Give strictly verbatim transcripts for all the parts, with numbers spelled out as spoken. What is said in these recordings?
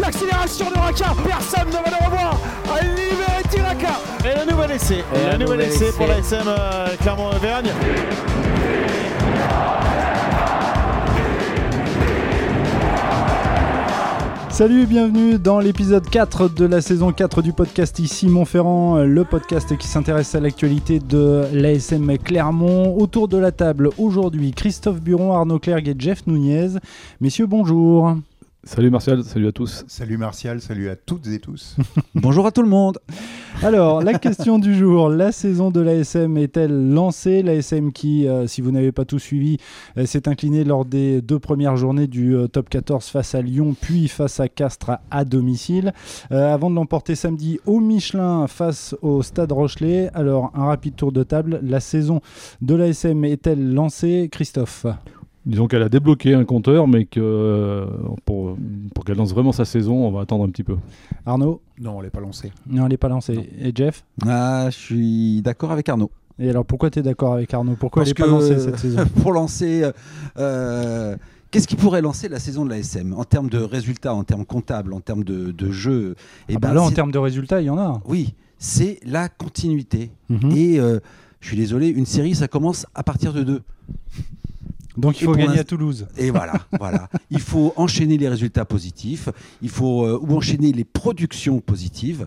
l'accélération de Raka. Personne ne va le revoir. Liberty Raka. Et le nouvel essai. Et, Et le nouvel essai, essai pour l'A S M euh, Clermont-Auvergne. Salut et bienvenue dans l'épisode quatre de la saison quatre du podcast Ici Montferrand, le podcast qui s'intéresse à l'actualité de l'A S M Clermont. Autour de la table aujourd'hui, Christophe Buron, Arnaud Clerc et Jeff Nunez. Messieurs, bonjour. Salut Martial, salut à tous. Salut Martial, salut à toutes et tous. Bonjour à tout le monde. Alors, la question du jour, la saison de l'A S M est-elle lancée ? L'A S M qui, euh, si vous n'avez pas tout suivi, euh, s'est incliné lors des deux premières journées du euh, top quatorze face à Lyon, puis face à Castres à, à domicile, euh, avant de l'emporter samedi au Michelin face au Stade Rochelais. Alors, un rapide tour de table, la saison de l'A S M est-elle lancée ? Christophe ? Disons qu'elle a débloqué un compteur, mais que pour, pour qu'elle lance vraiment sa saison, on va attendre un petit peu. Arnaud ? Non, on ne l'a pas lancée. Non, elle n'est pas lancée. Non. Et Jeff ? Ah, je suis d'accord avec Arnaud. Et alors, pourquoi tu es d'accord avec Arnaud ? Pourquoi Parce elle n'est pas lancée cette saison ? Pour lancer... Euh, qu'est-ce qui pourrait lancer la saison de l'A S M en termes de résultats, en termes comptables, en termes de, de jeu et ah bah ben, Là, en termes de résultats, il y en a. Oui, c'est la continuité. Mm-hmm. Et euh, je suis désolé, une série, ça commence à partir de deux. Donc il faut gagner à Toulouse. Et voilà, voilà. Il faut enchaîner les résultats positifs, il faut euh, ou enchaîner les productions positives.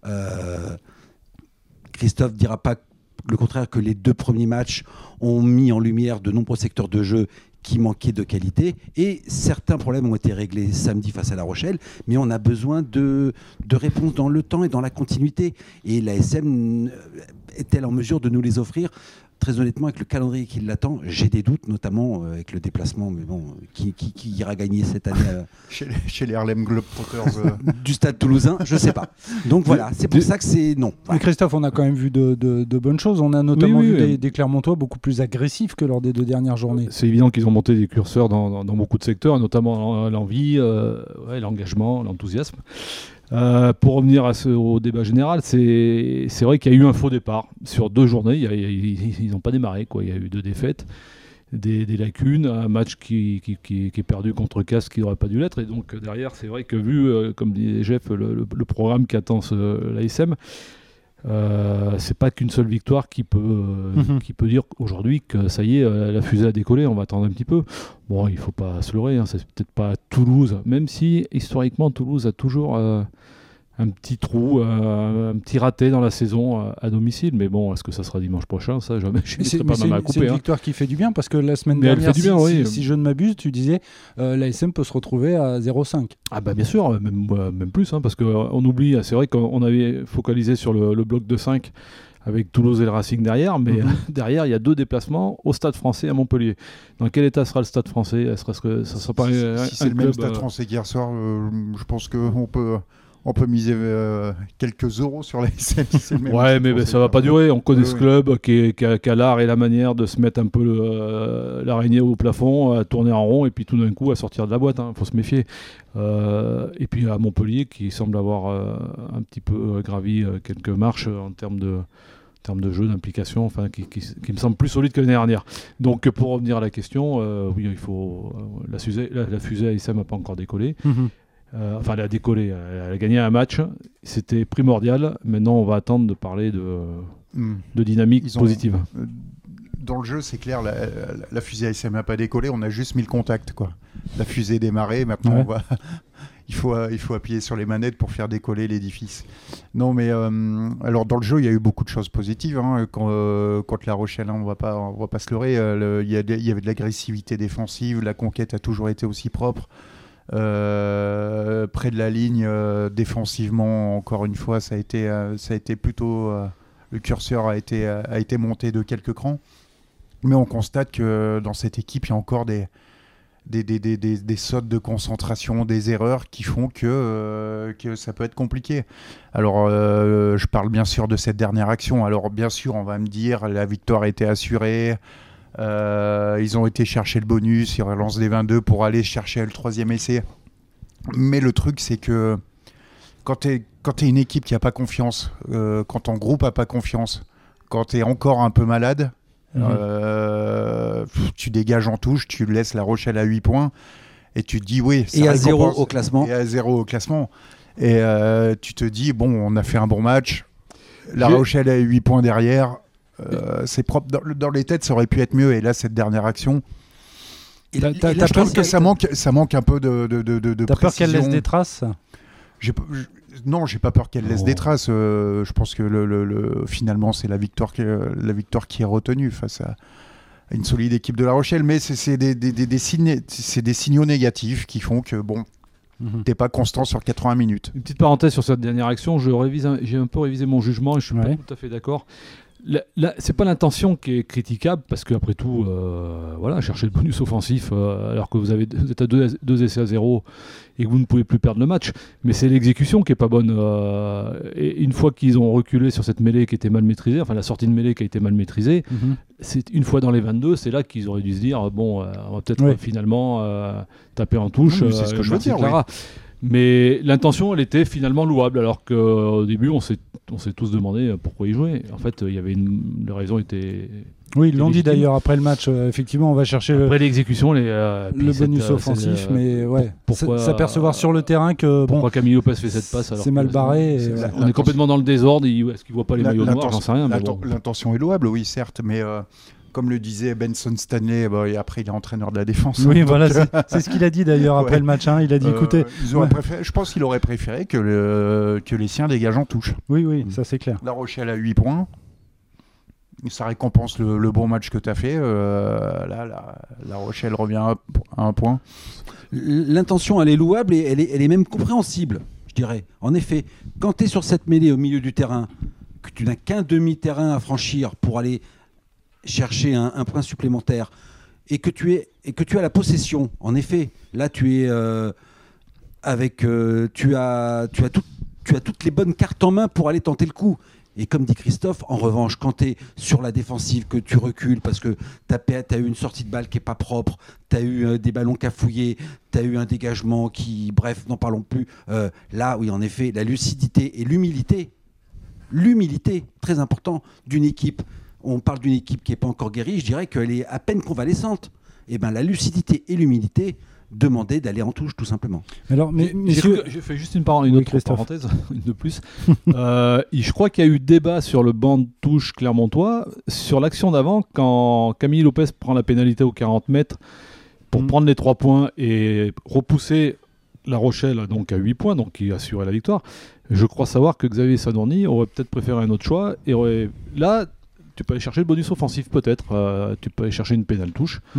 Euh, Christophe ne dira pas le contraire, que les deux premiers matchs ont mis en lumière de nombreux secteurs de jeu qui manquaient de qualité, et certains problèmes ont été réglés samedi face à La Rochelle, mais on a besoin de, de réponses dans le temps et dans la continuité. Et l'A S M est-elle en mesure de nous les offrir ? Très honnêtement, avec le calendrier qui l'attend, j'ai des doutes, notamment euh, avec le déplacement, mais bon, qui, qui, qui ira gagner cette année euh, chez, les, chez les Harlem Globetrotters euh... du Stade Toulousain, je ne sais pas. Donc voilà, c'est pour ça que c'est non. Voilà. Mais Christophe, on a quand même vu de, de, de bonnes choses. On a notamment oui, oui, vu oui. des, des Clermontois beaucoup plus agressifs que lors des deux dernières journées. C'est évident qu'ils ont monté des curseurs dans, dans, dans beaucoup de secteurs, notamment l'envie, euh, ouais, l'engagement, l'enthousiasme. Euh, pour revenir à ce, au débat général, c'est, c'est vrai qu'il y a eu un faux départ. Sur deux journées, il y a, ils n'ont pas démarré, quoi. Il y a eu deux défaites, des, des lacunes, un match qui, qui, qui, qui est perdu contre Castres qui n'aurait pas dû l'être. Et donc derrière, c'est vrai que vu, euh, comme disait Jeff, le, le, le programme qui attend ce, l'A S M, euh, c'est pas qu'une seule victoire qui peut, euh, mm-hmm. qui peut dire aujourd'hui que ça y est, euh, la fusée a décollé, on va attendre un petit peu. Bon, il faut pas se leurrer, hein, c'est peut-être pas Toulouse, même si historiquement Toulouse a toujours euh, un petit trou, euh, un petit raté dans la saison euh, à domicile. Mais bon, est-ce que ça sera dimanche prochain ? Ça, jamais. Je c'est, pas c'est, ma une, couper, c'est une hein. victoire qui fait du bien parce que la semaine mais dernière, elle fait du bien, si, oui. si, si je ne m'abuse, tu disais euh, l'A S M peut se retrouver à zéro virgule cinq. Ah bah bien sûr, même, euh, même plus, hein, parce qu'on oublie, c'est vrai qu'on avait focalisé sur le, le bloc de cinq avec Toulouse et le Racing derrière, mais mm-hmm. derrière, il y a deux déplacements au Stade français à Montpellier. Dans quel état sera le Stade français ? Est-ce que ça sera pas si, un, si un c'est le club, même Stade euh... français qu'hier soir, euh, je pense qu'on peut, on peut miser euh, quelques euros sur la S M. Si c'est le même ouais, mais ben, ça va pas durer. On connaît oui, ce oui. club qui, est, qui, a, qui a l'art et la manière de se mettre un peu le, euh, l'araignée au plafond, à tourner en rond, et puis tout d'un coup à sortir de la boîte. Il hein, faut se méfier. Euh, et puis à Montpellier, qui semble avoir euh, un petit peu gravi euh, quelques marches en termes de... termes de jeu, d'implication, enfin, qui, qui, qui me semble plus solide que l'année dernière. Donc, pour revenir à la question, euh, oui, il faut euh, la, fusée, la, la fusée A S M n'a pas encore décollé. Mm-hmm. Euh, enfin, elle a décollé, elle a gagné un match, c'était primordial. Maintenant, on va attendre de parler de, mm. de dynamique Ils positive. Ont, euh, dans le jeu, c'est clair, la, la, la fusée A S M n'a pas décollé, on a juste mis le contact, quoi. La fusée est démarrée, maintenant ouais. on va... Il faut, euh, il faut appuyer sur les manettes pour faire décoller l'édifice. Non, mais euh, alors dans le jeu, il y a eu beaucoup de choses positives. Hein, quand, euh, contre La Rochelle, hein, on ne va pas se leurrer. Euh, il, y a de, il y avait de l'agressivité défensive. La conquête a toujours été aussi propre. Euh, près de la ligne, euh, défensivement, encore une fois, ça a été, euh, ça a été plutôt... Euh, le curseur a été, a été monté de quelques crans. Mais on constate que dans cette équipe, il y a encore des... Des, des, des, des, des sautes de concentration, des erreurs qui font que, euh, que ça peut être compliqué. Alors, euh, je parle bien sûr de cette dernière action. Alors, bien sûr, on va me dire la victoire a été assurée. Euh, ils ont été chercher le bonus, ils relancent des vingt-deux pour aller chercher le troisième essai. Mais le truc, c'est que quand tu es quand tu es une équipe qui n'a pas confiance, euh, quand ton groupe n'a pas confiance, quand tu es encore un peu malade, Mmh. Euh, tu dégages en touche, tu laisses La Rochelle à huit points Et tu te dis, oui, ça Et à zéro récompense- au classement. Et à zéro au classement. Et euh, tu te dis, bon, on a fait un bon match. La J'ai- Rochelle a huit points derrière. Euh, c'est propre. Dans, dans les têtes, ça aurait pu être mieux. Et là, cette dernière action, Et- T'as- et t'as- là, t'as je je trouve pense que ça manque, ça manque un peu de, de, de, de, de T'as peur qu'elle précision. laisse des traces? J'ai pas- je- Non, j'ai pas peur qu'elle laisse Oh. des traces. Euh, je pense que le, le- le- finalement, c'est la victoire, qui, la victoire qui est retenue face à une solide équipe de La Rochelle. Mais c'est, c'est des, des, des, des signes, c'est des signaux négatifs qui font que bon, Mhm. t'es pas constant sur quatre-vingts minutes. Une petite parenthèse sur cette dernière action, je révise un- j'ai un peu révisé mon jugement et je suis Ouais. pas tout à fait d'accord. La- la- c'est pas l'intention qui est critiquable parce qu'après tout, euh, voilà, chercher le bonus offensif euh, alors que vous, avez, vous êtes à deux, deux essais à zéro et que vous ne pouvez plus perdre le match, mais c'est l'exécution qui est pas bonne. euh, et une fois qu'ils ont reculé sur cette mêlée qui était mal maîtrisée, enfin la sortie de mêlée qui a été mal maîtrisée, Mhm. c'est une fois dans les vingt-deux, c'est là qu'ils auraient dû se dire bon, euh, on va peut-être Ouais. euh, finalement euh, taper en touche. Oui, c'est ce que je veux merci dire, Clara. Mais l'intention, elle était finalement louable, alors qu'au début, on s'est, on s'est tous demandé pourquoi ils jouaient. En fait, il y avait une, les raisons étaient. Oui, ils l'ont dit légitime. d'ailleurs après le match. euh, effectivement, on va chercher le, Après l'exécution, les, euh, puis le cette, bonus euh, offensif, cette, euh, mais ouais, pourquoi- s- s'apercevoir sur le terrain que bon, Pourquoi Camille Lopez fait cette passe alors c'est que mal barré. et c'est- voilà. On est complètement dans le désordre. il- Est-ce qu'il voit pas les La- maillots noirs? l'intention- J'en sais rien. Mais l'inten- bon. L'intention est louable, oui, certes, mais euh, comme le disait Benson Stanley, bah, et après il est entraîneur de la défense. Oui, donc, voilà, euh, c'est c'est ce qu'il a dit d'ailleurs après Ouais. le match. hein. Il a dit, euh, écoutez, ils auraient ouais. préféré- je pense qu'il aurait préféré que, le, que les siens dégagent en touche. oui, oui, ça c'est clair. La Rochelle a huit points. Ça récompense le, le bon match que tu as fait. Euh, là, la, la Rochelle revient à, à un point. L'intention, elle est louable et elle est, elle est même compréhensible, je dirais. En effet, quand tu es sur cette mêlée au milieu du terrain, que tu n'as qu'un demi-terrain à franchir pour aller chercher un, un point supplémentaire, et que, tu es, et que tu as la possession, en effet, là tu es euh, avec... euh, tu, as, tu, as tout- tu as toutes les bonnes cartes en main pour aller tenter le coup. Et comme dit Christophe, en revanche, quand tu es sur la défensive, que tu recules parce que tu as eu une sortie de balle qui n'est pas propre, tu as eu euh, des ballons cafouillés, tu as eu un dégagement qui, bref, n'en parlons plus. Euh, là, oui, en effet, la lucidité et l'humilité, l'humilité, très important, d'une équipe. On parle d'une équipe qui n'est pas encore guérie, je dirais qu'elle est à peine convalescente. Et ben la lucidité et l'humilité demandaient d'aller en touche, tout simplement. Alors, mais, J'ai- messieurs, J'ai j'ai fait juste une, par- une Oui, autre Christophe. parenthèse, une de plus. Euh, il- je crois qu'il y a eu débat sur le banc de touche clermontois sur l'action d'avant quand Camille Lopez prend la pénalité aux quarante mètres pour Mm. prendre les trois points et repousser La Rochelle donc à huit points, donc qui assurait la victoire. Je crois savoir que Xavier Sadorni aurait peut-être préféré un autre choix et aurait... là, tu peux aller chercher le bonus offensif peut-être, euh, tu peux aller chercher une pénale touche. Mhm.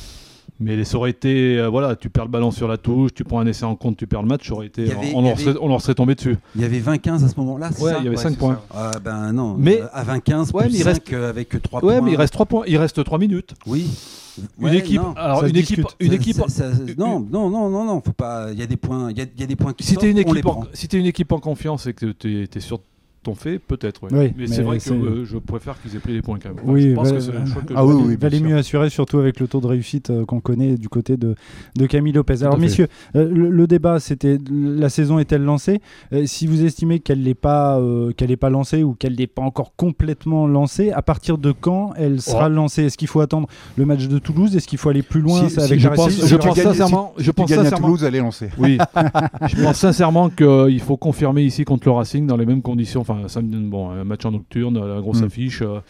Mais ça aurait été, euh, voilà, tu perds le ballon sur la touche, tu prends un essai en compte, tu perds le match, ça aurait été, Il y avait- on, il y leur avait- serait, on leur serait tombé dessus. Il y avait vingt quinze à ce moment-là, c'est Ouais, ça il y avait Ouais, cinq c'est points. Ah ben non, Mais- euh, à vingt quinze, Ouais, plus mais il cinq, reste- euh, avec trois Ouais, points. mais il reste trois points, il reste trois minutes. Oui. Une Ouais, équipe, non. alors Ça se une équipe, discute. une Ça- équipe. ça- ça- non, non, non, non, non, faut pas. Il y a des points, il y a, il y a des points qui Si t'es une sortent, on les équipe, en, prend. si t'es une équipe en confiance et que t'es es sur ton fait, peut-être. Ouais. Oui, mais, mais c'est vrai que c'est- euh, je préfère qu'ils aient pris les points quand même. Enfin, Oui, je pense va- que c'est le choix que Ah je oui, ferais. oui, il valait bien mieux sûr. assurer, surtout avec le taux de réussite euh, qu'on connaît du côté de, de Camille Lopez. Alors à fait. messieurs, euh, le, le débat c'était la saison est-elle lancée? Euh, Si vous estimez qu'elle n'est pas, euh, qu'elle n'est pas lancée ou qu'elle n'est pas encore complètement lancée, à partir de quand elle sera Oh. lancée? Est-ce qu'il faut attendre le match de Toulouse? Est-ce qu'il faut aller plus loin Si- ça, si avec je la pense- réussite je sur- pense tu gagnes- sincèrement- si je tu pense gagnes à sincèrement- Toulouse, elle est lancée. Oui, je pense sincèrement qu'il faut confirmer ici contre le Racing dans les mêmes conditions. Enfin, samedi, bon, un match en nocturne, la grosse Mm. affiche. euh,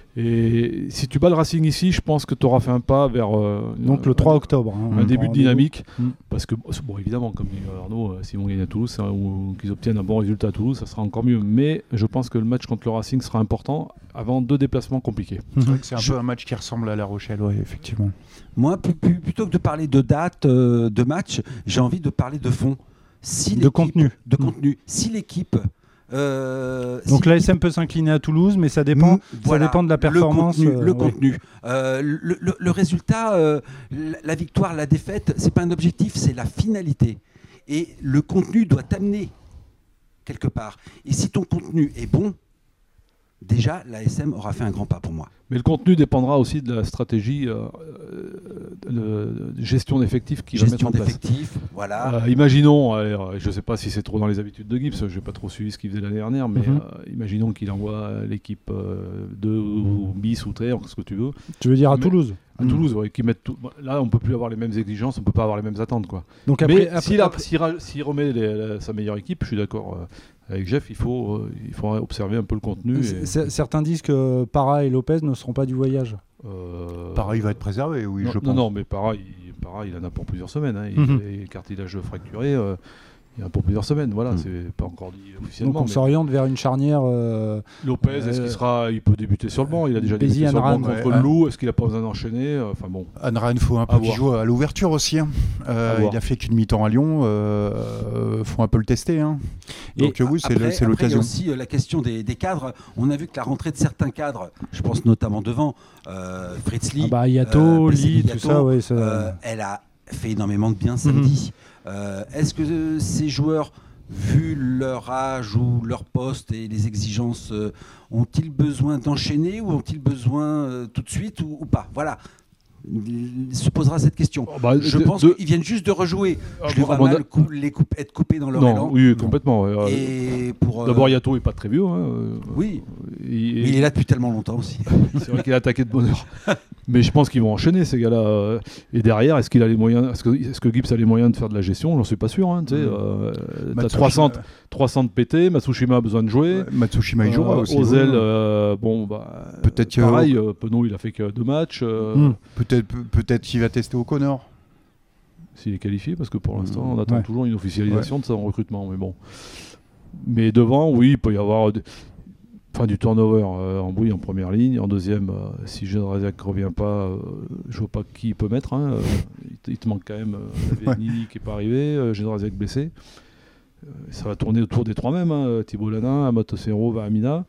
et si tu bats le Racing ici, je pense que tu auras fait un pas vers euh, Donc le un- trois octobre. hein, un on début de rendez-vous. dynamique. Mm. Parce que, bon, évidemment, comme dit Arnaud, euh, s'ils vont gagner à Toulouse ça, ou qu'ils obtiennent un bon résultat à Toulouse, ça sera encore mieux. Mais je pense que le match contre le Racing sera important avant deux déplacements compliqués. C'est vrai que c'est un peu un match qui ressemble à La Rochelle, ouais, effectivement. Moi, plus- plus- plutôt que de parler de date, euh, de match, j'ai envie de parler de fond. Si De l'équipe- contenu. De Mm. contenu. Si l'équipe. euh, Donc si l'A l'équipe- S M peut s'incliner à Toulouse, mais ça dépend, Mm, voilà, ça dépend de la performance. Le contenu. euh, le, ouais. contenu. Euh, le, le- le résultat, euh, la, la victoire, la défaite, c'est pas un objectif, c'est la finalité. Et le contenu doit t'amener quelque part. Et si ton contenu est bon, déjà, l'A S M aura fait un grand pas pour moi. Mais le contenu dépendra aussi de la stratégie euh, euh, de gestion d'effectifs qu'il va mettre Gestion en place. d'effectifs, voilà. Euh, imaginons, alors, je ne sais pas si c'est trop dans les habitudes de Gibbs, je n'ai pas trop suivi ce qu'il faisait l'année dernière, mais Mhm. euh, imaginons qu'il envoie l'équipe deux ou bis ou treize, ce que tu veux. Tu veux dire à Mais- Toulouse? À mmh. Toulouse, ouais, qui mettent tout... Là, on ne peut plus avoir les mêmes exigences, on ne peut pas avoir les mêmes attentes. Quoi. Donc après, Mais après, s'il, après... s'il, s'il remet les, la, sa meilleure équipe, je suis d'accord euh, avec Jeff, il faut, euh, il faut observer un peu le contenu. Et... Certains disent que Parra et Lopez ne seront pas du voyage. Euh... Parra, il va être préservé, oui, non, je pense. Non, non, mais Parra, il, Parra, il en a pour plusieurs semaines. Hein. Il mmh. est cartilage fracturé. Euh... Il y a pour plusieurs semaines, voilà, mmh. c'est pas encore dit officiellement. Donc on mais... s'oriente vers une charnière. Euh, Lopez, euh, est-ce qu'il sera, il peut débuter sur le banc? Il a déjà débuté sur le banc contre ouais, le Loup. Est-ce qu'il a pas besoin d'enchaîner? Enfin bon. Anran, faut un peu qu'il joue à l'ouverture aussi. Hein. Euh, il a fait qu'une mi-temps à Lyon. Euh, faut un peu le tester. Hein. Donc Et oui, c'est, après, le, c'est l'occasion. Il y a aussi euh, la question des, des cadres. On a vu que la rentrée de certains cadres, je pense notamment devant euh, Fritz Lee, ah bah, Yato, euh, Lee, tout ça, ouais, ça... Euh, elle a fait énormément de bien samedi. Mmh. Euh, est-ce que euh, ces joueurs, vu leur âge ou leur poste et les exigences, euh, ont-ils besoin d'enchaîner ou ont-ils besoin euh, tout de suite ou, ou pas? Voilà. Il se posera cette question. Oh bah, je de, pense de... qu'ils viennent juste de rejouer. Ah, je les vois mal coup, les coupe, être coupés dans leur non, élan. Oui, complètement. Ouais. Et pour, euh... D'abord, Yato n'est pas très vieux. Hein. Oui. Il, Mais il est là depuis tellement longtemps aussi. C'est vrai qu'il a attaqué de bonne heure. Mais je pense qu'ils vont enchaîner, ces gars-là. Et derrière, est-ce qu'il a les moyens, est-ce que, est-ce que Gibbs a les moyens de faire de la gestion? J'en suis pas sûr. Hein, mmh. euh, t'as trois cents, trois cents de pété. Matsushima a besoin de jouer. Ouais, Matsushima, il jouera euh, aussi. Ozel, euh, bon, bah, peut-être pareil. Que... Euh, Penaud, il a fait que deux matchs. Euh, mmh. Peut-être, peut-être qu'il va tester O'Connor. S'il est qualifié, parce que pour l'instant, on attend ouais. toujours une officialisation ouais. de son recrutement. Mais bon. Mais devant, oui, il peut y avoir. Enfin, du turnover euh, en bouille en première ligne. En deuxième, euh, si Jędrzejak ne revient pas, euh, je ne vois pas qui il peut mettre. Hein. Euh, il, te, il te manque quand même euh, ouais. Nini qui n'est pas arrivé, euh, Jędrzejak blessé. Euh, ça va tourner autour des trois mêmes. Hein. Thibaut Lana, Amato Serro, Vahamina.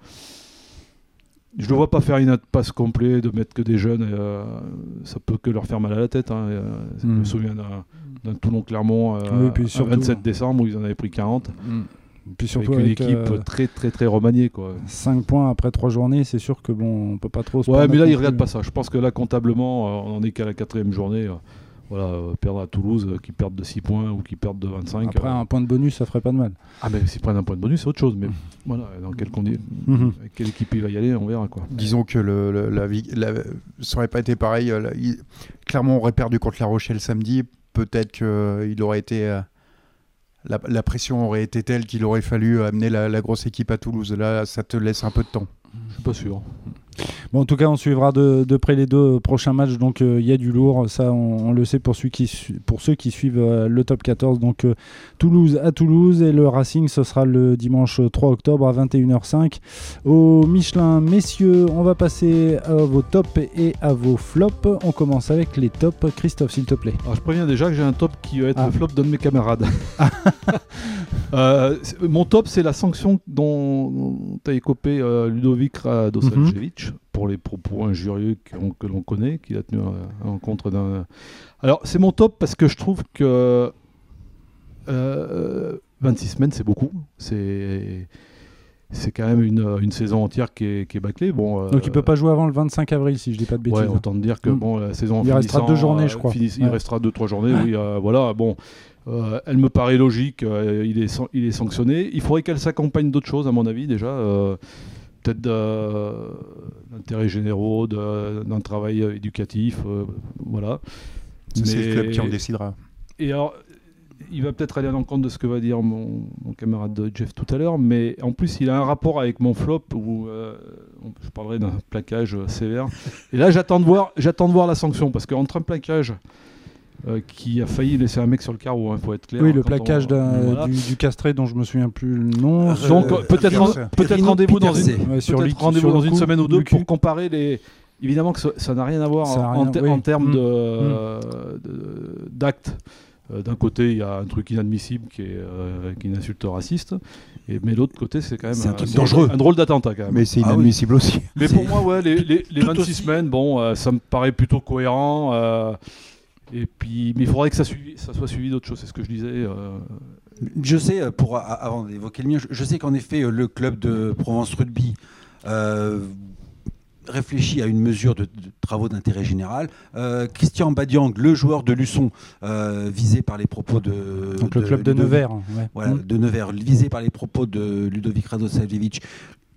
Je ne le vois pas faire une passe complète, de mettre que des jeunes. Et, euh, ça peut que leur faire mal à la tête. Hein. Et, euh, mm. Je me souviens d'un, d'un Toulon-Clermont euh, oui, puis surtout, le vingt-sept décembre où ils en avaient pris quarante. Mm. Puis surtout avec une avec équipe euh, très très très remaniée quoi. cinq points après trois journées, c'est sûr que bon, on peut pas trop se ouais, mais là ils regardent pas ça. Je pense que là comptablement, euh, on en est qu'à la quatrième journée. Euh, voilà, euh, perdre à Toulouse, euh, qui perdent de six points ou qui perdent de vingt-cinq. Après euh... un point de bonus, ça ferait pas de mal. Ah mais s'ils prennent un point de bonus, c'est autre chose. Mais voilà, dans quelle condi- mm-hmm. avec quelle équipe il va y aller, on verra quoi. Disons que le, le, la, la, ça aurait pas été pareil. La, il, clairement, on aurait perdu contre La Rochelle samedi. Peut-être qu'il aurait été euh, La, la pression aurait été telle qu'il aurait fallu amener la, la grosse équipe à Toulouse. Là, ça te laisse un peu de temps. Je suis pas sûr. Bon, en tout cas, on suivra de, de près les deux prochains matchs. Donc, il euh, y a du lourd. Ça, on, on le sait pour, qui su- pour ceux qui suivent euh, le top quatorze. Donc, euh, Toulouse à Toulouse. Et le Racing, ce sera le dimanche trois octobre à vingt et une heures cinq au Michelin. Messieurs, on va passer à vos tops et à vos flops. On commence avec les tops. Christophe, s'il te plaît. Alors, je préviens déjà que j'ai un top qui va être ah. le flop d'un de mes camarades. euh, mon top, c'est la sanction dont, dont a écopé euh, Ludovic Radosavljevic. Mm-hmm. Pour les propos injurieux que l'on connaît, qu'il a tenu à l'encontre d'un... Alors, c'est mon top parce que je trouve que euh, vingt-six semaines, c'est beaucoup. C'est, c'est quand même une, une saison entière qui est, qui est bâclée. Bon, euh, donc, il ne peut pas jouer avant le vingt-cinq avril, si je ne dis pas de bêtises. Ouais, autant dire que mmh. bon, la saison il restera deux journées, je crois. Finisse, ouais. Il restera deux, trois journées, oui. Euh, voilà, bon... Euh, elle me paraît logique, euh, il, est, il est sanctionné. Il faudrait qu'elle s'accompagne d'autres choses, à mon avis, déjà. Euh, peut-être d'intérêts généraux, de, d'un travail éducatif, euh, voilà. Mais... C'est le club qui en décidera. Et alors, il va peut-être aller à l'encontre de ce que va dire mon, mon camarade Jeff tout à l'heure, mais en plus, il a un rapport avec mon flop où euh, je parlerai d'un plaquage sévère. Et là, j'attends de voir, j'attends de voir la sanction, parce qu'entre un plaquage... Euh, qui a failli laisser un mec sur le carreau, il hein, faut être clair. Oui, le plaquage on... voilà. du, du castré dont je me souviens plus le nom. Euh, Donc euh, peut-être, en, peut-être rendez-vous dans une, ouais, sur peut-être rendez-vous sur dans une coup, semaine ou deux Lucu. pour comparer les... Évidemment que ça, ça n'a rien à voir en, rien, en, ter- oui. en termes mmh. de, euh, de, d'actes. Euh, d'un côté, il y a un truc inadmissible qui est, euh, qui est une insulte raciste, et, mais l'autre côté, c'est quand même c'est un, un, truc un, dangereux. un drôle d'attentat quand même. Mais c'est inadmissible ah, oui. aussi. Mais c'est... pour moi, ouais, les, les, les vingt-six aussi. semaines, bon, euh, ça me paraît plutôt cohérent. Euh, Et puis, mais il faudrait que ça, suivi, ça soit suivi d'autres choses, c'est ce que je disais. Euh... Je sais, pour, avant d'évoquer le mien, je, je sais qu'en effet, le club de Provence Rugby euh, réfléchit à une mesure de, de travaux d'intérêt général. Euh, Christian Badiang, le joueur de Luçon, euh, visé par les propos de... Donc de le club de, de Nevers. Ouais. Voilà, mmh. de Nevers, visé par les propos de Ludovic Radosavljevic,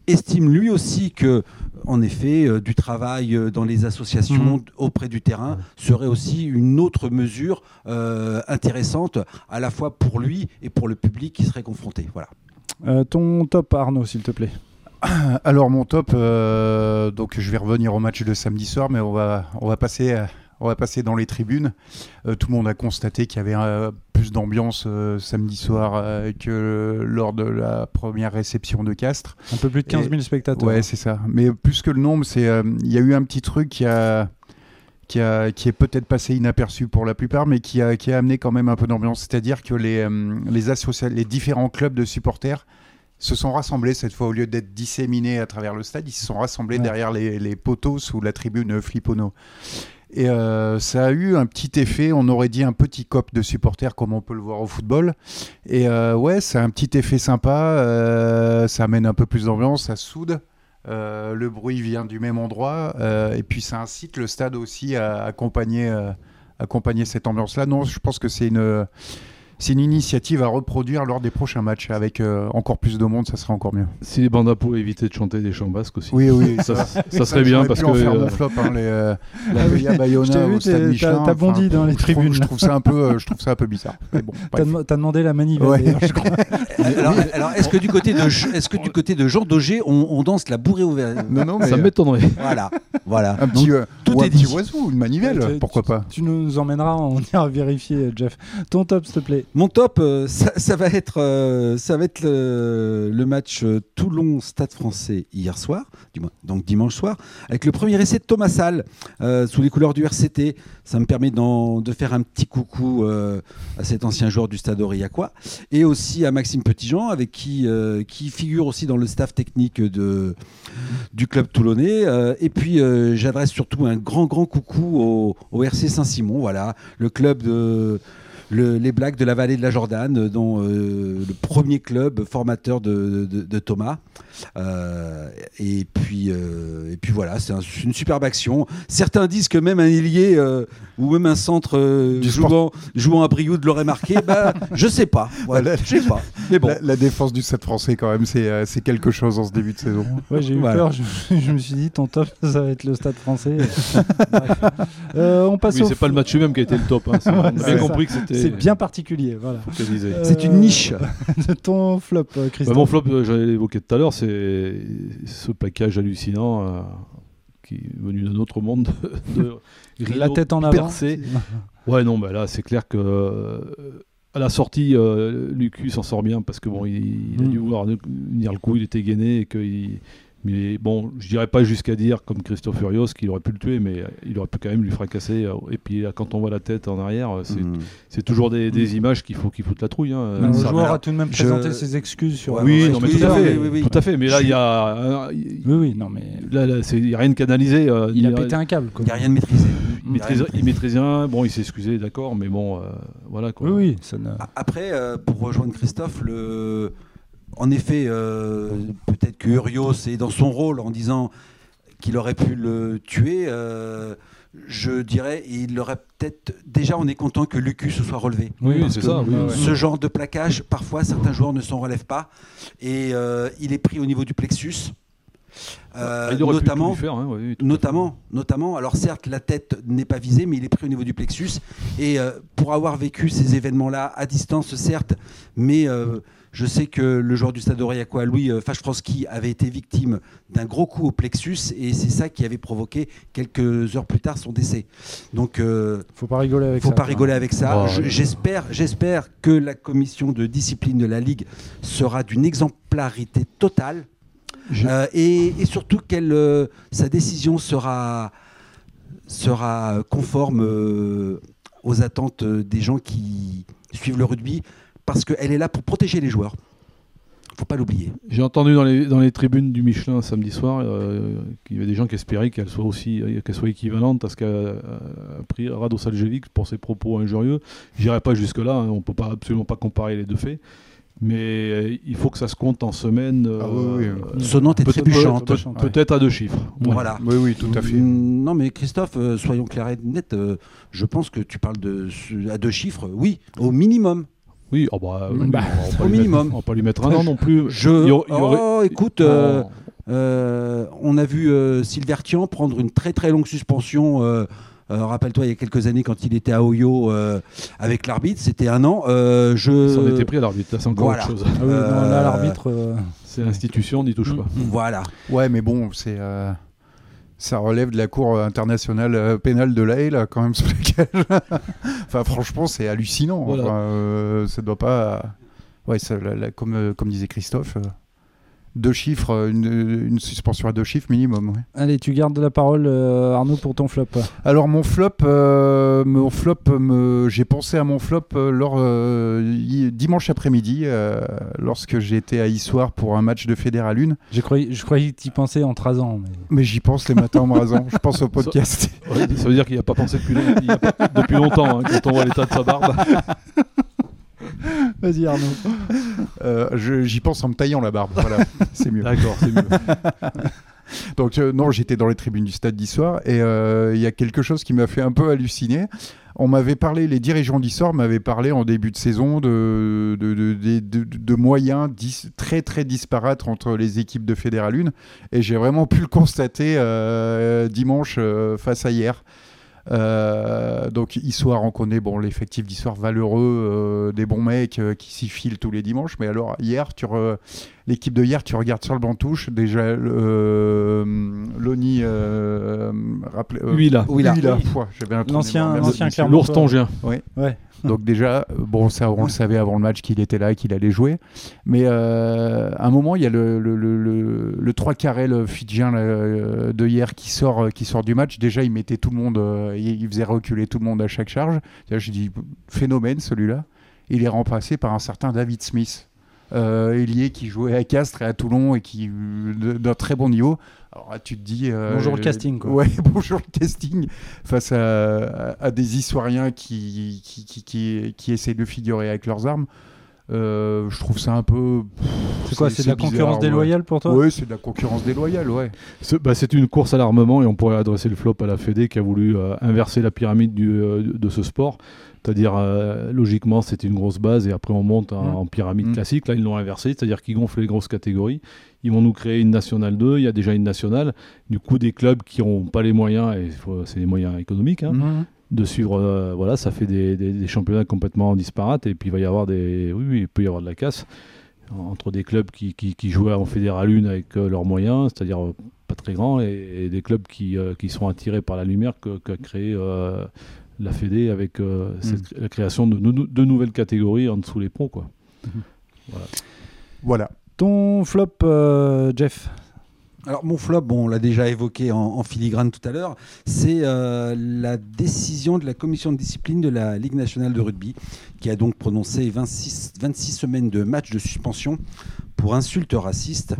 estime lui aussi que, en effet, euh, du travail euh, dans les associations, mmh. auprès du terrain, serait aussi une autre mesure euh, intéressante, à la fois pour lui et pour le public qui serait confronté. Voilà. Euh, ton top, Arnaud, s'il te plaît. Alors mon top, euh, donc je vais revenir au match de samedi soir, mais on va, on va passer... À... On va passer dans les tribunes. Euh, tout le monde a constaté qu'il y avait euh, plus d'ambiance euh, samedi soir euh, que lors de la première réception de Castres. Un peu plus de quinze mille spectateurs. Ouais, c'est ça. Mais plus que le nombre, c'est euh, il y a eu un petit truc qui a qui a qui est peut-être passé inaperçu pour la plupart, mais qui a qui a amené quand même un peu d'ambiance. C'est-à-dire que les euh, les associa- les différents clubs de supporters se sont rassemblés cette fois, au lieu d'être disséminés à travers le stade, ils se sont rassemblés ouais. derrière les, les poteaux sous la tribune Flipono. Et euh, ça a eu un petit effet, on aurait dit un petit cop de supporters comme on peut le voir au football. Et euh, ouais, c'est un petit effet sympa, euh, ça amène un peu plus d'ambiance, ça soude. Euh, le bruit vient du même endroit euh, et puis ça incite le stade aussi à accompagner, euh, accompagner cette ambiance-là. Non, je pense que c'est une... C'est une initiative à reproduire lors des prochains matchs avec euh, encore plus de monde, ça serait encore mieux. Si les bandas pouvaient éviter de chanter des chants basques aussi. Oui, oui, ça, ça, ça, ça serait bien parce que. En faire mon flop, hein, les, euh, la Veilla Bayona au stade Michelin. T'as bondi dans les je tribunes. Trouve, je trouve ça un peu, euh, je trouve ça un peu bizarre. Mais bon, t'as, dem- t'as demandé la manivelle. Ouais. Je crois. alors, alors, est-ce que du côté de, est-ce que du côté de Jean Daugé, on, on danse la bourrée ouverte? Non, non, mais ça m'étonnerait. Voilà, voilà. Un petit, Donc, euh, tout ou est un petit dit. oiseau, une manivelle, tu, pourquoi tu, pas. Tu nous emmèneras, on ira vérifier, Jeff. Ton top, s'il te plaît. Mon top, euh, ça, ça va être, euh, ça va être le, le match euh, Toulon-Stade Français hier soir, du moins, donc dimanche soir, avec le premier essai de Thomas Salle euh, sous les couleurs du R C T. Ça me permet de faire un petit coucou euh, à cet ancien joueur du Stade Aurillacois et aussi à Maxime Petitjean, avec qui, euh, qui figure aussi dans le staff technique de, du club toulonnais. Euh, et puis euh, j'adresse surtout un grand grand coucou au, au R C Saint-Simon, voilà, le club de Le, les Blacks de la vallée de la Jordan, dont euh, le premier club formateur de, de, de Thomas. Euh, et, puis, euh, et puis voilà, c'est un, une superbe action. Certains disent que même un ailier euh, ou même un centre euh, jouant, jouant à Brioude l'aurait marqué. Bah, je sais pas. Ouais, la, je sais pas. Mais bon. La, la défense du Stade Français, quand même, c'est, euh, c'est quelque chose en ce début de saison. Ouais, j'ai eu voilà. peur. Je, je me suis dit, ton top, ça va être le Stade Français. euh, on passe oui, au... c'est pas le match lui-même qui a été le top. Hein. C'est, ouais, on a bien compris que c'était. C'est bien particulier, voilà. Euh, c'est une niche. Ton flop, Christophe. Bah, mon flop, euh, j'allais l'évoquer tout à l'heure, c'est ce plaquage hallucinant euh, qui est venu d'un autre monde. De, de la tête en avant. Percé. Ouais, non, bah là, c'est clair que euh, à la sortie, euh, Lucu s'en sort bien parce que bon, il, il a mmh. dû vouloir venir le coup, il était gainé et qu'il. Mais bon, je dirais pas jusqu'à dire comme Christophe Furios qu'il aurait pu le tuer, mais il aurait pu quand même lui fracasser. Et puis là, quand on voit la tête en arrière, c'est, mmh. c'est toujours des, des mmh. images qu'il faut qu'il foutent la trouille. Hein. Le joueur alors, a tout de même présenté je... ses excuses sur. Oui, euh, non, mais tout à fait, oui, oui, oui. tout à fait. Mais là, il y a. Oui, oui, non, mais là, là c'est il y a rien de canalisé. Euh, il, il a pété un câble. Il n'y a rien de maîtrisé. Il maîtrise, il maîtrise rien. Bon, il s'est excusé, d'accord, mais bon, euh, voilà quoi. Oui, oui. Ça ne... Après, euh, pour rejoindre Christophe, le. En effet, euh, peut-être que Urios est dans son rôle en disant qu'il aurait pu le tuer. Euh, je dirais, il aurait peut-être. Déjà, on est content que Lucu se soit relevé. Oui, c'est ça. Oui, ce ouais. genre de plaquage, parfois, certains joueurs ne s'en relèvent pas. Et euh, il est pris au niveau du plexus. Euh, il aurait notamment, pu tout lui faire, hein, oui, tout notamment, notamment, alors certes la tête n'est pas visée, mais il est pris au niveau du plexus. Et euh, pour avoir vécu ces événements-là à distance, certes, mais euh, je sais que le joueur du Stade Aurillacois, Louis euh, Fashkowski, avait été victime d'un gros coup au plexus, et c'est ça qui avait provoqué quelques heures plus tard son décès. Donc, euh, faut pas rigoler avec faut ça. Faut pas rigoler avec ça. Oh, je, ouais. j'espère, j'espère que la commission de discipline de la Ligue sera d'une exemplarité totale. Je... Euh, et, et surtout que euh, sa décision sera, sera conforme euh, aux attentes des gens qui suivent le rugby, parce qu'elle est là pour protéger les joueurs. Il ne faut pas l'oublier. J'ai entendu dans les, dans les tribunes du Michelin samedi soir euh, qu'il y avait des gens qui espéraient qu'elle soit, aussi, qu'elle soit équivalente à ce qu'a a pris Radosaljevic pour ses propos injurieux. Je n'irai pas jusque-là, hein, on ne peut pas, absolument pas comparer les deux faits. Mais il faut que ça se compte en semaine euh, ah oui, oui. sonnante et peut-être, trébuchante. Peut, peut, peut-être à deux chiffres. Ouais. Voilà. Oui, oui, tout à fait. Non, mais Christophe, euh, soyons clairs et nets, euh, je pense que tu parles de, à deux chiffres, oui, au minimum. Oui, oh bah, bah, on au minimum. Mettre, on va pas lui mettre un an non plus. Je... Il y aurait, il y aurait... Oh, écoute, euh, Euh, on a vu euh, Silvertian prendre une très très longue suspension. Euh, euh, rappelle-toi, il y a quelques années, quand il était à Oyo euh, avec l'arbitre, c'était un an. Euh, je... Ça en était pris à l'arbitre, là, c'est encore Voilà. autre chose. Ah oui, non, Euh, là, l'arbitre. euh, C'est l'institution, on n'y touche Mm. pas. Voilà. Ouais, mais bon, c'est euh, ça relève de la Cour internationale euh, pénale de l'A E, là, quand même, sous laquelle. Enfin, franchement, c'est hallucinant. Voilà. Enfin, euh, ça doit pas. Ouais, ça, la- la- comme, euh, comme disait Christophe, euh, deux chiffres, euh, une, une suspension à deux chiffres minimum. Ouais. Allez, tu gardes la parole, euh, Arnaud, pour ton flop. Alors, mon flop, euh, mon flop me... j'ai pensé à mon flop euh, lors, euh, y- dimanche après-midi, euh, lorsque j'étais à Issoire pour un match de Fédéral un. Je croyais, je croyais que tu y pensais en te rasant. Mais... Mais j'y pense les matins en me rasant. Je pense au podcast. Ouais, ça veut dire qu'il n'y a pas pensé depuis, long- il y a pas- depuis longtemps, hein, quand on voit l'état de sa barbe. Vas-y, Arnaud. Euh, je- j'y pense en me taillant la barbe. Voilà, c'est mieux. D'accord, c'est mieux. Donc euh, non, j'étais dans les tribunes du stade d'Issoire et euh, il y a quelque chose qui m'a fait un peu halluciner. On m'avait parlé, les dirigeants d'Issoire m'avaient parlé en début de saison de, de, de, de, de- de moyens dis- très très disparates entre les équipes de Fédéral un et j'ai vraiment pu le constater euh, dimanche euh, face à hier. Euh, donc Issoire, on connaît bon, l'effectif d'Issoire valeureux, euh, des bons mecs euh, qui s'y filent tous les dimanches, mais alors hier, tu re- l'équipe de hier, tu regardes sur le banc touche, déjà euh, Loni, euh, rappelez, euh, Lui, là. Oui, là. Huila, Oui. Pouah, j'avais un trou de L'ancien- mémoire, merci, l'ancien monsieur. Clermont. L'ours tongien. Oui. Ouais. Donc déjà, euh, bon, ça, on le savait avant le match qu'il était là et qu'il allait jouer. Mais euh, à un moment, il y a le, le, le, le, le trois carrés le fidjien là, euh, de hier qui sort, euh, qui sort du match. Déjà, il mettait tout le monde, euh, il, il faisait reculer tout le monde à chaque charge. Là, je dis, phénomène celui-là. Il est remplacé par un certain David Smith, euh, ailier qui jouait à Castres et à Toulon et qui euh, d'un très bon niveau. Alors là, tu te dis... euh, Bonjour le casting, quoi. Ouais, bonjour le casting. Face à, à, à des Issoiriens qui, qui, qui, qui, qui essayent de figurer avec leurs armes. Euh, je trouve ça un peu... C'est quoi, c'est de la bizarre, concurrence ouais. déloyale pour toi? Oui, c'est de la concurrence déloyale, ouais. C'est bah, c'est une course à l'armement et on pourrait adresser le flop à la Fédé qui a voulu euh, inverser la pyramide du, euh, de ce sport. C'est-à-dire, euh, logiquement, c'était une grosse base et après on monte en, Mmh. en pyramide Mmh. classique. Là, ils l'ont inversé, c'est-à-dire qu'ils gonflent les grosses catégories. Ils vont nous créer une nationale deux, il y a déjà une nationale. Du coup, des clubs qui n'ont pas les moyens, et faut- c'est des moyens économiques, hein, Mmh. de suivre. Euh, voilà, ça fait des, des- des championnats complètement disparates. Et puis, il va y avoir des. Oui, oui, il peut y avoir de la casse entre des clubs qui, qui, qui jouaient en Fédéral un avec euh, leurs moyens, c'est-à-dire euh, pas très grands, et, et des clubs qui, euh, qui sont attirés par la lumière que- qu'a créé euh, la Fédé avec euh, cette- la création de nou- deux nouvelles catégories en dessous les ponts, quoi. Voilà. Voilà. Ton flop, euh, Jeff. Alors mon flop, bon, on l'a déjà évoqué en, en filigrane tout à l'heure, c'est euh, la décision de la commission de discipline de la Ligue nationale de rugby qui a donc prononcé vingt-six, vingt-six semaines de match de suspension pour insultes racistes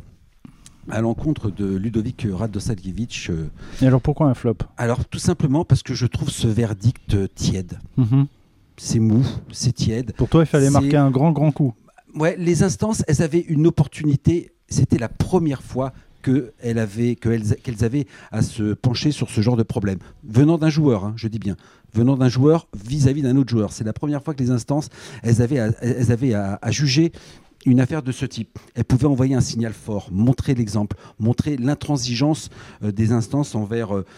à l'encontre de Ludovic Radosavljevic. Euh, Et alors pourquoi un flop? Alors tout simplement parce que je trouve ce verdict euh, tiède. Mhm. C'est mou, c'est tiède. Pour toi, il fallait C'est- marquer un grand, grand coup. Ouais, les instances, elles avaient une opportunité. C'était la première fois qu'elles avaient, qu'elles, qu'elles avaient à se pencher sur ce genre de problème. Venant d'un joueur, hein, je dis bien, venant d'un joueur vis-à-vis d'un autre joueur. C'est la première fois que les instances, elles avaient à, elles avaient à, à juger une affaire de ce type. Elles pouvaient envoyer un signal fort, montrer l'exemple, montrer l'intransigeance euh, des instances envers... Euh,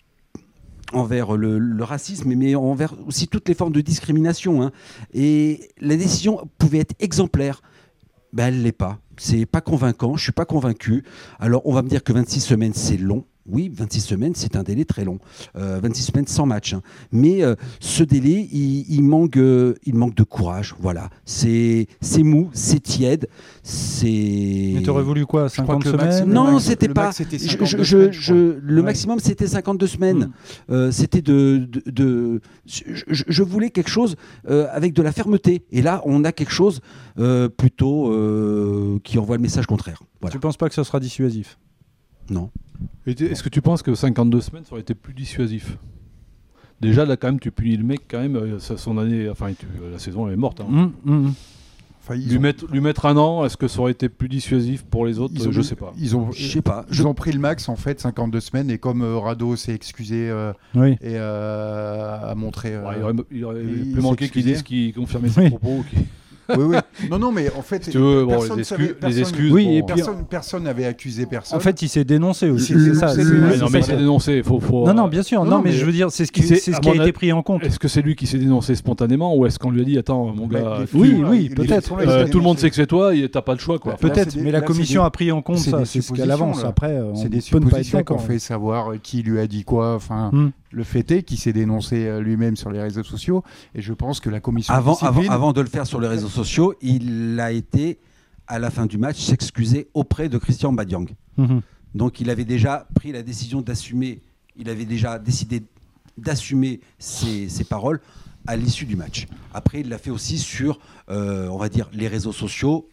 envers le, le racisme, mais envers aussi toutes les formes de discrimination. Hein. Et la décision pouvait être exemplaire. Ben, elle ne l'est pas. C'est pas convaincant. Je ne suis pas convaincu. Alors, on va me dire que vingt-six semaines, c'est long. Oui, vingt-six semaines, c'est un délai très long. Euh, vingt-six semaines sans match. Hein. Mais euh, ce délai, il, il, manque, euh, il manque de courage. Voilà. C'est, c'est mou, c'est tiède. C'est... Mais t'aurais voulu quoi, Je crois cinquante que le semaines? maximum- Non, max- c'était le pas. max, c'était je- cinquante-deux je- semaines, je- je crois. le Ouais. maximum, c'était cinquante-deux semaines. Mm. Euh, c'était de. de, de- je, je- je voulais quelque chose euh, avec de la fermeté. Et là, on a quelque chose euh, plutôt euh, qui envoie le message contraire. Voilà. Tu penses pas que ça sera dissuasif? Non. Et t- Est-ce que tu penses que cinquante-deux semaines, ça aurait été plus dissuasif? Déjà, là, quand même, tu punis le mec, quand même, euh, ça- son année, enfin, tu- la saison, elle est morte. Hein. Mmh, mmh. Enfin, ils Lui, ont- mettre, lui mettre un an, est-ce que ça aurait été plus dissuasif pour les autres? ils ont- Je sais pas. Ils ont, Je sais pas. ils Je- ont pris le max, en fait, cinquante-deux semaines, et comme euh, Rado s'est excusé euh, Oui. et euh, a montré... euh, Ouais, il aurait, il aurait il pu manquer qu'il s'excusait. dise qu'il confirmait ses Oui. propos. qu'il- Oui, oui. Non, non, mais en fait, Si tu veux, bon, personne les savait- excuses- personne- les excuses, Oui, bon, et puis- Personne personne n'avait accusé personne. En fait, il s'est dénoncé aussi. Il s'est c'est ça, dénoncé c'est- lui-même. Ouais, non, c'est mais il ça. s'est dénoncé. Faut, faut, Non, non, bien sûr. Non, Non, non, mais, mais je veux dire, c'est ce qui, c'est- c'est ce à qui a mon été avis- pris en compte. Est-ce que c'est lui qui s'est dénoncé spontanément ou est-ce qu'on lui a dit attends mon Mais gars, les tu- Oui, films, oui, les- peut-être. les- euh, les- tout le monde sait que c'est toi et t'as pas le choix quoi. Là, Peut-être, c'est des- mais la là, commission c'est a pris en compte c'est ça, des c'est ce qu'elle suppositions, avance. là. Après, on C'est des peut ne pas être suppositions qu'on d'accord. fait savoir qui lui a dit quoi. Enfin, Hmm. le fait est qu'il s'est dénoncé euh, lui-même sur les réseaux sociaux et je pense que la commission Avant, de discipline... avant, avant de le faire sur les réseaux sociaux, il a été, à la fin du match, s'excuser auprès de Christian Badiang. Mhm. Donc il avait déjà pris la décision d'assumer, il avait déjà décidé d'assumer ses, ses paroles à l'issue du match. Après, il l'a fait aussi sur, euh, on va dire, les réseaux sociaux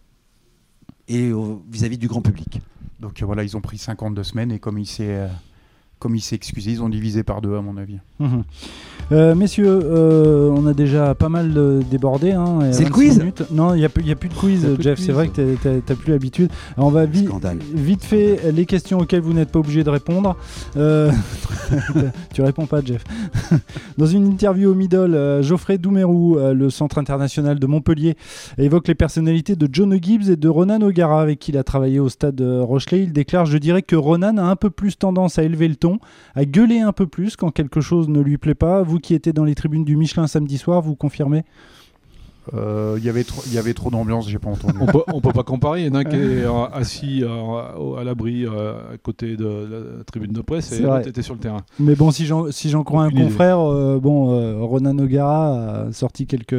et euh, vis-à-vis du grand public. Donc euh, voilà, ils ont pris cinquante-deux semaines et comme il s'est euh, comme il s'est excusé, ils ont divisé par deux à mon avis. Mhm. Euh, messieurs, euh, on a déjà pas mal euh, débordé. Hein, et C'est le vingt-six quiz minutes. Non, il n'y a, plus- il y a plus de quiz, Il y a plus de Jeff. quiz. C'est vrai que tu n'as plus l'habitude. Alors, on va vi- Scandale. vite fait les questions auxquelles vous n'êtes pas obligé de répondre. Euh, tu réponds pas, Jeff. Dans une interview au Middle, euh, Geoffrey Doumerou, euh, le centre international de Montpellier, évoque les personnalités de John Gibbs et de Ronan O'Gara, avec qui il a travaillé au stade euh, Rochelais. Il déclare: je dirais que Ronan a un peu plus tendance à élever le ton, à gueuler un peu plus quand quelque chose ne lui plaît pas. Vous qui étiez dans les tribunes du Michelin samedi soir, vous confirmez? Euh, Il y avait trop, il y avait trop d'ambiance, j'ai pas entendu. On peut, on peut pas comparer. Il y en a un qui est euh, assis euh, à l'abri euh, à côté de la tribune de presse C'est et vrai. l'autre était sur le terrain. Mais bon, si j'en si j'en crois un Aucune idée. confrère, euh, bon, euh, Ronan O'Gara a sorti quelques,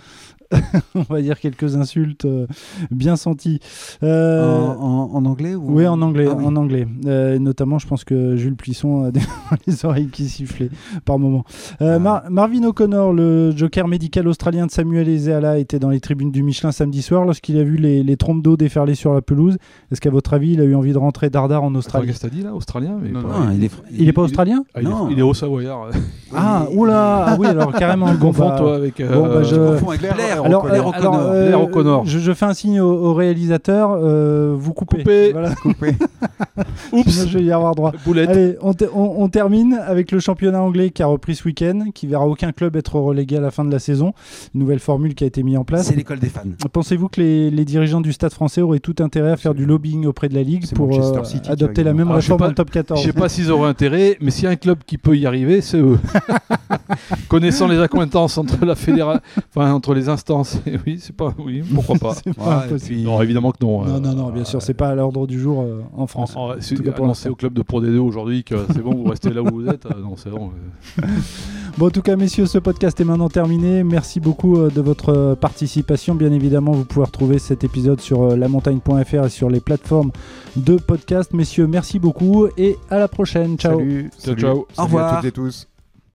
on va dire quelques insultes euh, bien senties. Euh, En, en- en anglais ou Oui, en anglais, Ah oui. en anglais. Euh, notamment, je pense que Jules Plisson a des les oreilles qui sifflaient par moment. Euh, Ah. Mar- Marvin O'Connor, le joker médical australien de Samuel Ezeala, était dans les tribunes du Michelin samedi soir lorsqu'il a vu les, les trompes d'eau déferler sur la pelouse. Est-ce qu'à votre avis, il a eu envie de rentrer dardard en Attends, Australie? qu'est-ce que t'as dit là, australien mais Non, pas- non, Non, il est, Il est pas australien? Ah, il, est, Non. il est haut savoyard. Ah, oula, ah oui, alors carrément. Tu bon, confonds bah, toi avec. bon, bah, euh, je- Je confonds avec Blair- Blair, Alors, Blair euh, O'Connor. alors, euh, Blair O'Connor. Je, je fais un signe au, au réalisateur, euh, vous coupez. Coupez. Voilà. Coupé. Oups. Sinon, je vais y avoir droit. Boulette. Allez, on, te- on- on termine avec le championnat anglais qui a repris ce week-end, qui verra aucun club être relégué à la fin de la saison. Une nouvelle formule qui a été mise en place. C'est l'école des fans. Pensez-vous que les, les dirigeants du Stade français auraient tout intérêt à faire du lobbying auprès de la Ligue C'est pour Manchester euh, City qui adopter va la gagner. même Ah, je sais réforme pas- dans le top Je quatorze? sais pas s'ils auraient intérêt, mais s'il y a un club qui peut y arriver, c'est eux. Connaissant les accointances entre la fédération, enfin entre les instances, et oui, c'est pas, oui, pourquoi pas. C'est pas Ouais, et impossible. puis- Non, évidemment que non. Non, euh, non, non, bien sûr, c'est pas à l'ordre du jour euh, en France. Oh, c'est tout cas pour annoncé l'instant. au club de Pro D deux aujourd'hui que c'est bon, vous restez là où vous êtes. euh, Non, c'est bon. euh. Bon, en tout cas, messieurs, ce podcast est maintenant terminé. Merci beaucoup euh, de votre euh, participation. Bien évidemment, vous pouvez retrouver cet épisode sur euh, lamontagne point f r et sur les plateformes de podcast. Messieurs, merci beaucoup et à la prochaine. Ciao. Salut, Ciao, salut. ciao. Salut revoir. à toutes et tous.